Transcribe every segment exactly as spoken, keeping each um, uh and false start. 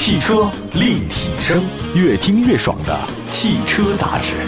汽车立体声，越听越爽的汽车杂志。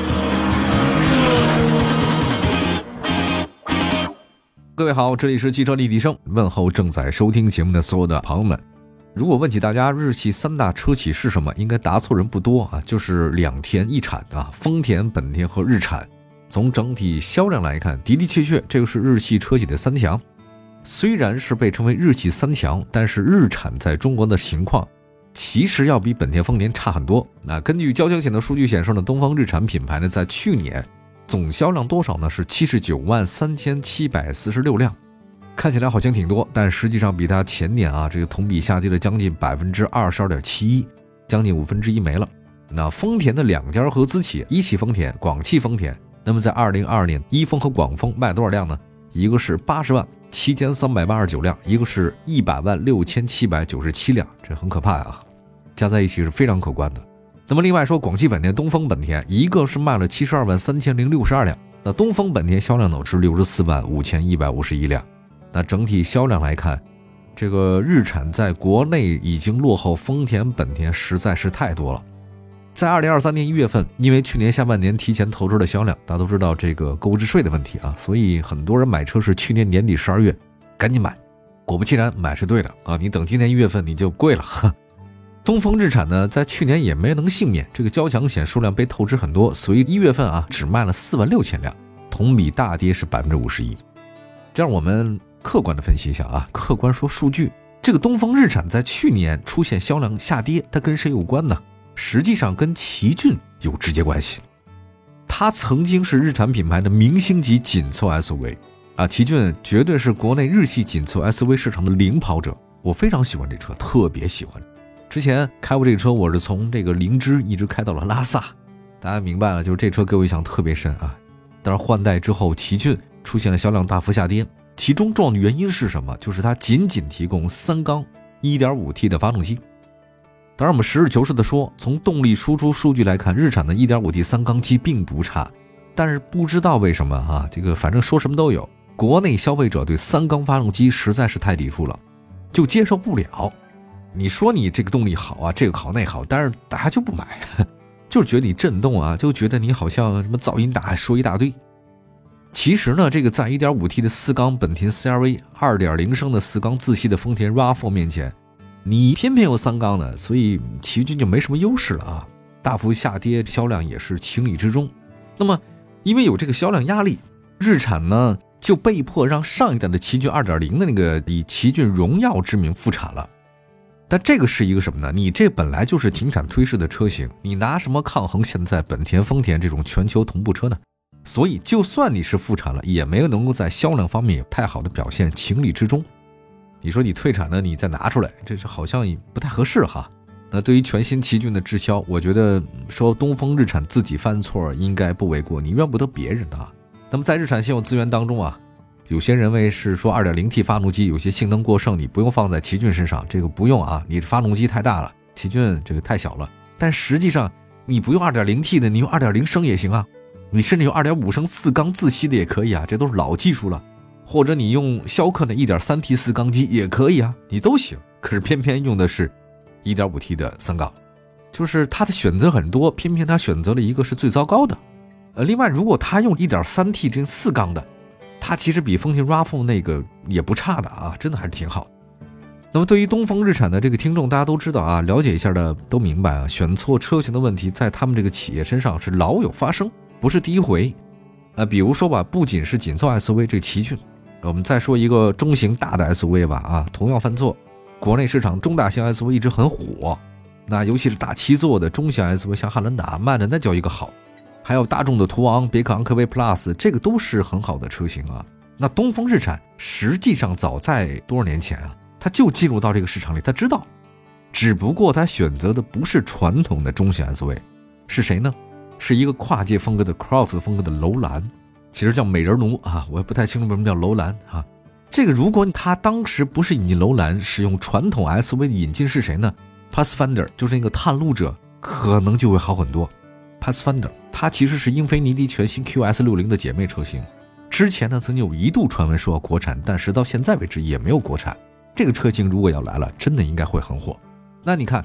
各位好，这里是汽车立体声，问候正在收听节目的所有的朋友们。如果问起大家日系三大车企是什么，应该答错人不多啊，就是两田一产啊，丰田、本田和日产。从整体销量来看，的的确确这个是日系车企的三强。虽然是被称为日系三强，但是日产在中国的情况其实要比本田、丰田差很多。那根据交强险的数据显示呢，东风日产品牌呢在去年总销量多少呢？是七十九万三千七百四十六辆，看起来好像挺多，但实际上比它前年啊这个同比下跌了将近百分之二十二点七一，将近五分之一没了。那丰田的两家合资企业，一汽丰田、广汽丰田，那么在二零二二年，一丰和广丰卖多少辆呢？一个是八十万七千三百八十九辆，一个是一百万六千七百九十七辆，这很可怕啊，加在一起是非常可观的。那么另外说，广汽本田、东风本田，一个是卖了七十二万三千零六十二辆，那东风本田销量呢是六十四万五千一百五十一辆。那整体销量来看，这个日产在国内已经落后丰田、本田实在是太多了。在二零二三年一月份，因为去年下半年提前投资的销量，大家都知道这个购置税的问题啊，所以很多人买车是去年年底十二月赶紧买，果不其然买是对的啊，你等今年一月份你就贵了。东风日产呢，在去年也没能幸免，这个交强险数量被透支很多，所以一月份啊只卖了四万六千辆，同比大跌是百分之五十一。这样我们客观的分析一下啊，客观说数据，这个东风日产在去年出现销量下跌，它跟谁有关呢？实际上跟奇骏有直接关系。它曾经是日产品牌的明星级紧凑 S U V 啊，奇骏绝对是国内日系紧凑 S U V 市场的领跑者，我非常喜欢这车，特别喜欢。之前开过这个车，我是从这个灵芝一直开到了拉萨，大家明白了，就是这车给我印象特别深啊。但是换代之后，奇骏出现了销量大幅下跌，其中重要的原因是什么？就是它仅仅提供三缸 一点五 T 的发动机。当然我们实事求是的说，从动力输出数据来看，日产的 一点五 T 三缸机并不差，但是不知道为什么啊，这个反正说什么都有，国内消费者对三缸发动机实在是太抵触了，就接受不了。你说你这个动力好啊，这个好那好，但是大家就不买，就是觉得你震动啊，就觉得你好像什么噪音大，说一大堆。其实呢，这个在 一点五 T 的四缸本田 C R V、 二点零 升的四缸自吸的丰田 RAV 四 面前，你偏偏有三缸的，所以奇骏就没什么优势了啊，大幅下跌，销量也是情理之中。那么因为有这个销量压力，日产呢就被迫让上一代的奇骏 二点零 的那个以奇骏荣耀之名复产了。但这个是一个什么呢？你这本来就是停产推市的车型，你拿什么抗衡现在本田、丰田这种全球同步车呢？所以就算你是复产了，也没有能够在销量方面有太好的表现，情理之中。你说你退产呢，你再拿出来，这是好像也不太合适哈。那对于全新奇骏的滞销，我觉得说东风日产自己犯错应该不为过，你怨不得别人的啊。那么在日产现有资源当中啊，有些认为是说 二点零 T 发动机有些性能过剩，你不用放在奇骏身上，这个不用啊，你的发动机太大了，奇骏这个太小了。但实际上你不用 二点零 T 的，你用 二点零 升也行啊，你甚至用 二点五 升四缸自吸的也可以啊，这都是老技术了。或者你用逍客的 一点三 T 四缸机也可以啊，你都行。可是偏偏用的是 一点五 T 的三缸，就是它的选择很多，偏偏它选择了一个是最糟糕的。呃，另外如果它用 一点三 T 这四缸的，它其实比丰田 RAV 四 那个也不差的啊，真的还是挺好。那么对于东风日产的这个听众，大家都知道啊，了解一下的都明白啊，选错车型的问题在他们这个企业身上是老有发生，不是第一回。呃，比如说吧，不仅是紧凑 S U V 这个奇骏，我们再说一个中型大的 S U V 吧啊，同样犯错，国内市场中大型 S U V 一直很火，那尤其是大七座的中型 S U V， 像汉兰达卖的那叫一个好，还有大众的途昂、别克昂科威 Plus， 这个都是很好的车型啊。那东风日产实际上早在多少年前啊，他就进入到这个市场里，他知道，只不过他选择的不是传统的中型 S U V， 是谁呢？是一个跨界风格的 Cross 风格的楼兰，其实叫美人奴啊，我也不太清楚为什么叫楼兰啊。这个如果他当时不是引进楼兰，使用传统 S U V 的引进是谁呢？ Pathfinder 就是那个探路者，可能就会好很多。Pathfinder 它其实是英菲尼迪全新 Q S 六十 的姐妹车型，之前呢曾经有一度传闻说要国产，但是到现在为止也没有国产。这个车型如果要来了，真的应该会很火。那你看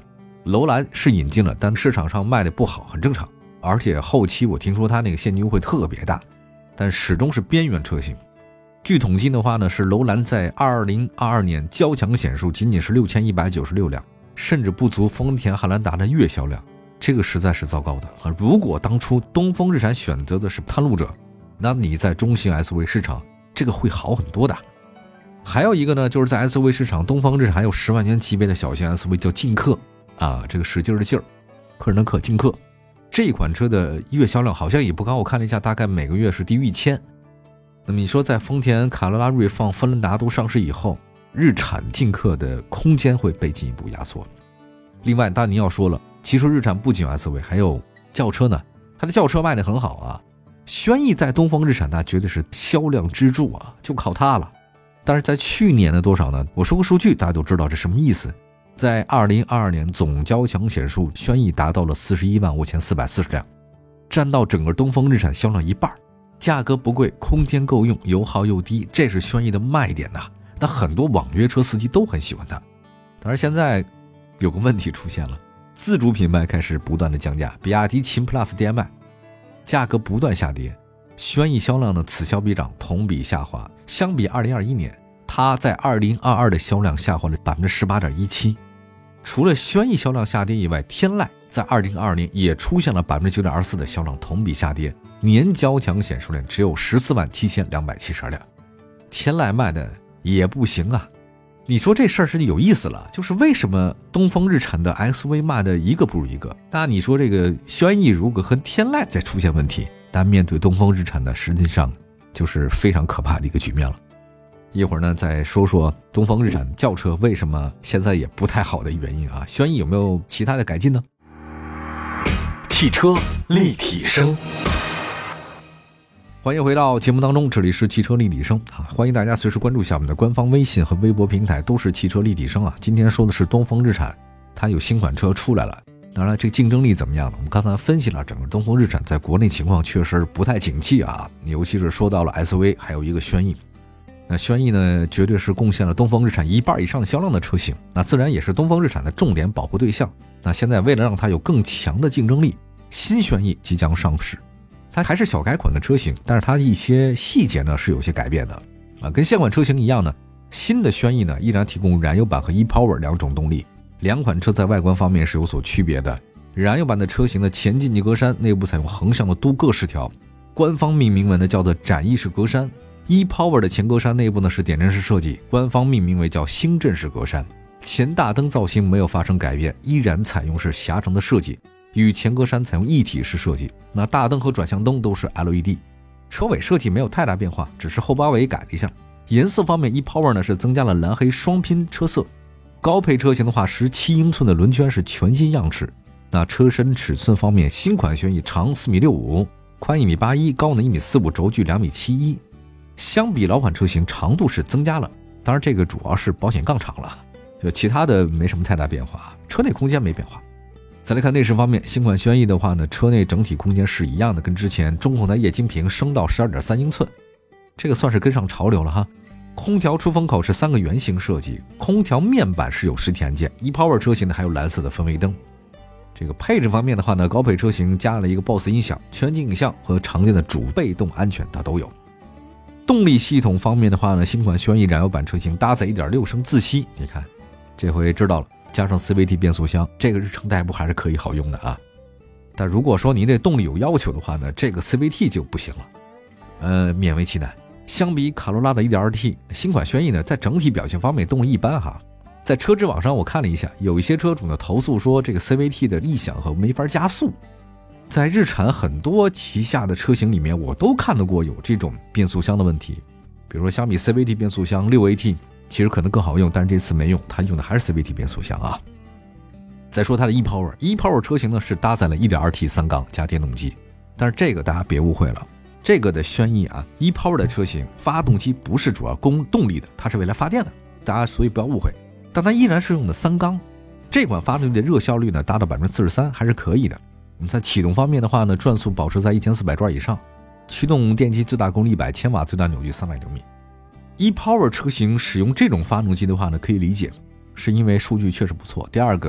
楼兰是引进了，但市场上卖的不好，很正常。而且后期我听说它那个现金优惠特别大，但始终是边缘车型。据统计的话呢，是楼兰在二零二二年交强险数仅仅是六千一百九十六辆，甚至不足丰田汉兰达的月销量，这个实在是糟糕的啊！如果当初东风日产选择的是探路者，那你在中型 S U V 市场这个会好很多的。还有一个呢，就是在 S U V 市场，东风日产还有十万元级别的小型 S U V 叫劲客啊，这个使劲的劲儿，客人的客，劲客这款车的月销量好像也不高，我看了一下，大概每个月是低于一千。那么你说在丰田卡罗拉、锐放、锋兰达都上市以后，日产劲客的空间会被进一步压缩。另外，当然你要说了，其实日产不仅有 S U V， 还有轿车呢，它的轿车卖得很好啊。轩逸在东风日产那绝对是销量支柱啊，就靠它了。但是在去年的多少呢？我说个数据，大家都知道这什么意思。在二零二二年总交强险数，轩逸达到了四十一万五千四百四十辆，占到整个东风日产销量一半。价格不贵，空间够用，油耗又低，这是轩逸的卖点呐、啊。那很多网约车司机都很喜欢它。但是现在有个问题出现了，自主品牌开始不断的降价，比亚迪秦 Plus D M I 价格不断下跌，轩逸销量呢此消彼长，同比下滑。相比二零二一年，它在二零二二的销量下滑了 百分之十八点一七。除了轩逸销量下跌以外，天籁在二零二二年也出现了 百分之九点二四 的销量同比下跌，年交强险数量只有十四万七千两百七十二辆。天籁卖的也不行啊。你说这事儿是有意思了，就是为什么东风日产的 S U V 卖的一个不如一个？那你说这个轩逸如果和天籁再出现问题，但面对东风日产的实际上就是非常可怕的一个局面了。一会儿呢再说说东风日产轿车为什么现在也不太好的原因啊？轩逸有没有其他的改进呢？ 汽车立体声， 欢迎回到节目当中，这里是汽车立体声啊！欢迎大家随时关注一下我们的官方微信和微博平台，都是汽车立体声啊！今天说的是东风日产，它有新款车出来了。当然，这竞争力怎么样呢？我们刚才分析了整个东风日产在国内情况确实不太景气啊，尤其是说到了 S U V， 还有一个轩逸。那轩逸呢，绝对是贡献了东风日产一半以上的销量的车型，那自然也是东风日产的重点保护对象。那现在为了让它有更强的竞争力，新轩逸即将上市。它还是小改款的车型，但是它一些细节呢是有些改变的啊，跟现款车型一样呢，新的轩逸呢依然提供燃油版和 ePower 两种动力，两款车在外观方面是有所区别的。燃油版的车型的前进气格栅内部采用横向的镀铬饰条，官方命名为呢叫做展翼式格栅。ePower 的前格栅内部呢是点阵式设计，官方命名为叫星阵式格栅。前大灯造型没有发生改变，依然采用是狭长的设计，与前格栅采用一体式设计。那大灯和转向灯都是 L E D， 车尾设计没有太大变化，只是后八尾改了一下。颜色方面 ePower 呢是增加了蓝黑双拼车色。高配车型的话，十七英寸的轮圈是全新样式。那车身尺寸方面，新款轩逸长四米六五，宽一米八一，高呢一米四五，轴距两米七一。相比老款车型，长度是增加了，当然这个主要是保险杠长了，就其他的没什么太大变化，车内空间没变化。再来看内饰方面，新款轩逸的话呢，车内整体空间是一样的，跟之前中控台液晶屏升到 十二点三英寸，这个算是跟上潮流了哈。空调出风口是三个圆形设计，空调面板是有实体按键， ePower 车型呢还有蓝色的氛围灯。这个配置方面的话呢，高配车型加了一个 B O S S 音响，全景影像和常见的主被动安全它都有。动力系统方面的话呢，新款轩逸燃油版车型搭载 一点六升自吸，你看这回知道了，加上 C V T 变速箱，这个日程代步还是可以好用的啊。但如果说您对动力有要求的话呢，这个 C V T 就不行了，呃，勉为其难。相比卡罗拉的 一点二 T， 新款轩逸呢在整体表现方面动力一般哈。在车之网上我看了一下，有一些车主呢投诉说这个 C V T 的异响和没法加速。在日产很多旗下的车型里面，我都看到过有这种变速箱的问题。比如说相比 C V T 变速箱 六 A T 其实可能更好用，但是这次没用，它用的还是 C V T 变速箱啊。再说它的 ePower， ePower 车型呢是搭载了 一点二 T 三缸加电动机，但是这个大家别误会了，这个的轩逸啊 ePower 的车型发动机不是主要供动力的，它是为了发电的，大家所以不要误会。但它依然是用的三缸，这款发动机的热效率呢达到 百分之四十三 还是可以的。你在启动方面的话呢，转速保持在一千四百转以上，驱动电机最大功率一百千瓦，最大扭矩三百牛米。ePower 车型使用这种发动机的话呢，可以理解，是因为数据确实不错。第二个，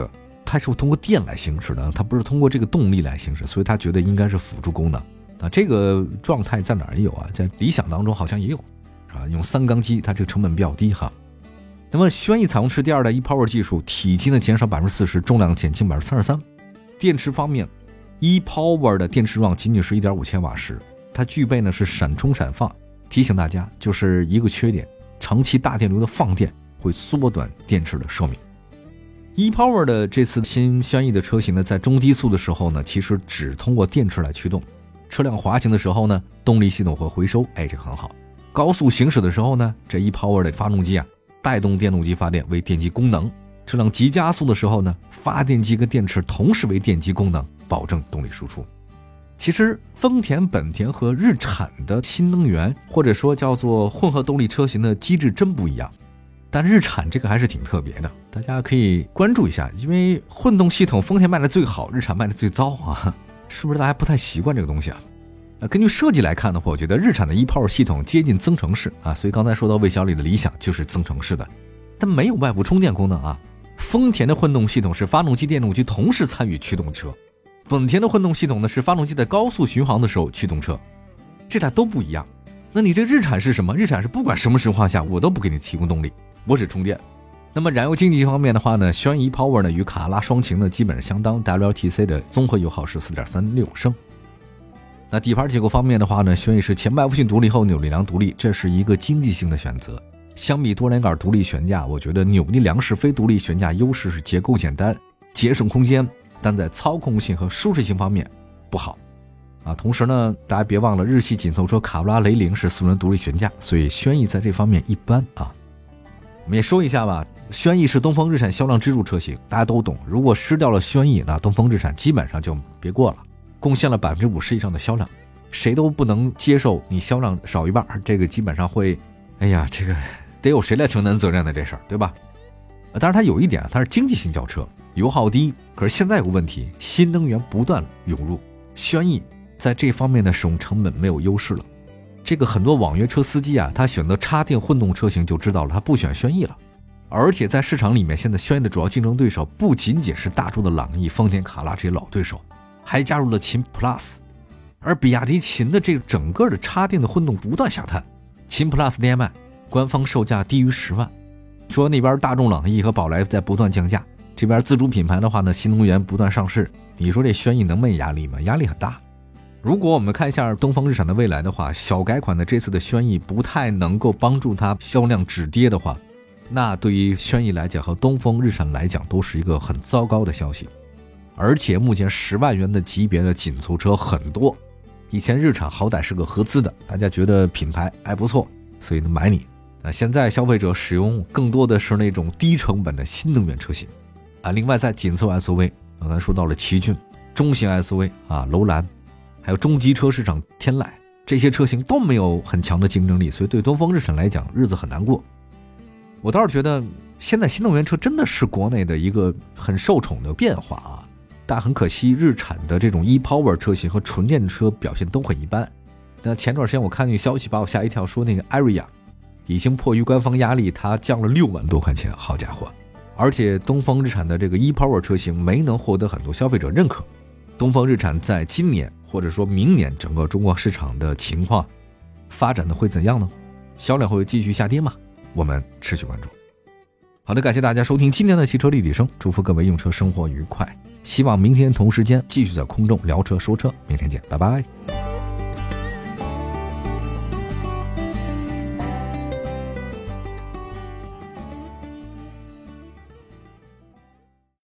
它是通过电来行驶的，它不是通过这个动力来行驶，所以他觉得应该是辅助功能啊。这个状态在哪儿也有啊？在理想当中好像也有啊，用三缸机，它这个成本比较低哈。那么轩逸采用是第二代 ePower 技术，体积呢减少 百分之四十， 重量减轻 百分之三十三。 电池方面 ePower 的电池容量仅仅是 一点五千瓦时，它具备呢是闪充闪放。提醒大家，就是一个缺点，长期大电流的放电会缩短电池的寿命。ePower 的这次新轩逸的车型呢，在中低速的时候呢，其实只通过电池来驱动，车辆滑行的时候呢，动力系统会回收，哎，这很好。高速行驶的时候呢，这 ePower 的发动机啊，带动电动机发电为电机功能。车辆急加速的时候呢，发电机跟电池同时为电机功能，保证动力输出。其实丰田、本田和日产的新能源或者说叫做混合动力车型的机制真不一样，但日产这个还是挺特别的，大家可以关注一下，因为混动系统丰田卖的最好，日产卖的最糟啊，是不是大家不太习惯这个东西啊？根据设计来看的话，我觉得日产的 ePower 系统接近增程式啊，所以刚才说到魏小李的理想就是增程式的，但没有外部充电功能啊。丰田的混动系统是发动机、电动机同时参与驱动车，本田的混动系统呢是发动机在高速巡航的时候驱动车，这俩都不一样。那你这日产是什么？日产是不管什么情况下我都不给你提供动力，我只充电。那么燃油经济方面的话呢，轩逸 ePower 呢与卡罗拉双擎呢基本上相当 ，W L T C 的综合油耗是 四点三六升。那底盘结构方面的话呢，轩逸是前麦弗逊独立后扭力梁独立，这是一个经济性的选择。相比多连杆独立悬架，我觉得扭力梁式非独立悬架优势是结构简单，节省空间，但在操控性和舒适性方面不好啊。同时呢，大家别忘了日系紧凑车卡罗拉雷凌是四轮独立悬架，所以轩逸在这方面一般啊。我们也说一下吧，轩逸是东风日产销量支柱车型，大家都懂。如果失掉了轩逸，那东风日产基本上就别过了，贡献了 百分之五十 以上的销量，谁都不能接受你销量少一半，这个基本上会，哎呀，这个得有谁来承担责任的这事儿，对吧？当然它有一点，它是经济型轿车，油耗低，可是现在有个问题，新能源不断涌入，轩逸在这方面的使用成本没有优势了。这个很多网约车司机啊，他选择插电混动车型就知道了，他不选轩逸了。而且在市场里面，现在轩逸的主要竞争对手不仅仅是大众的朗逸、丰田卡罗拉这些老对手，还加入了秦 Plus， 而比亚迪秦的这个整个的插电的混动不断下探，秦 Plus D M I 官方售价低于十万，说那边大众朗逸和宝来在不断降价，这边自主品牌的话呢，新能源不断上市，你说这轩逸能没压力吗？压力很大。如果我们看一下东风日产的未来的话，小改款的这次的轩逸不太能够帮助它销量止跌的话，那对于轩逸来讲和东风日产来讲都是一个很糟糕的消息。而且目前十万元的级别的紧凑车很多，以前日产好歹是个合资的，大家觉得品牌还不错，所以能买你。那现在消费者使用更多的是那种低成本的新能源车型啊。另外在紧凑 S U V， 刚才说到了奇骏，中型 S U V 啊，楼兰，还有中级车市场天籁，这些车型都没有很强的竞争力，所以对东风日产来讲日子很难过。我倒是觉得现在新能源车真的是国内的一个很受宠的变化啊，但很可惜日产的这种 ePower 车型和纯电车表现都很一般。那前段时间我看那个消息把我吓一跳，说那个 Ariya 已经迫于官方压力，它降了六万多块钱，好家伙！而且东风日产的这个 ePower 车型没能获得很多消费者认可。东风日产在今年或者说明年整个中国市场的情况发展的会怎样呢？销量会继续下跌吗？我们持续关注。好的，感谢大家收听今天的汽车立体声，祝福各位用车生活愉快，希望明天同时间继续在空中聊车说车，明天见，拜拜。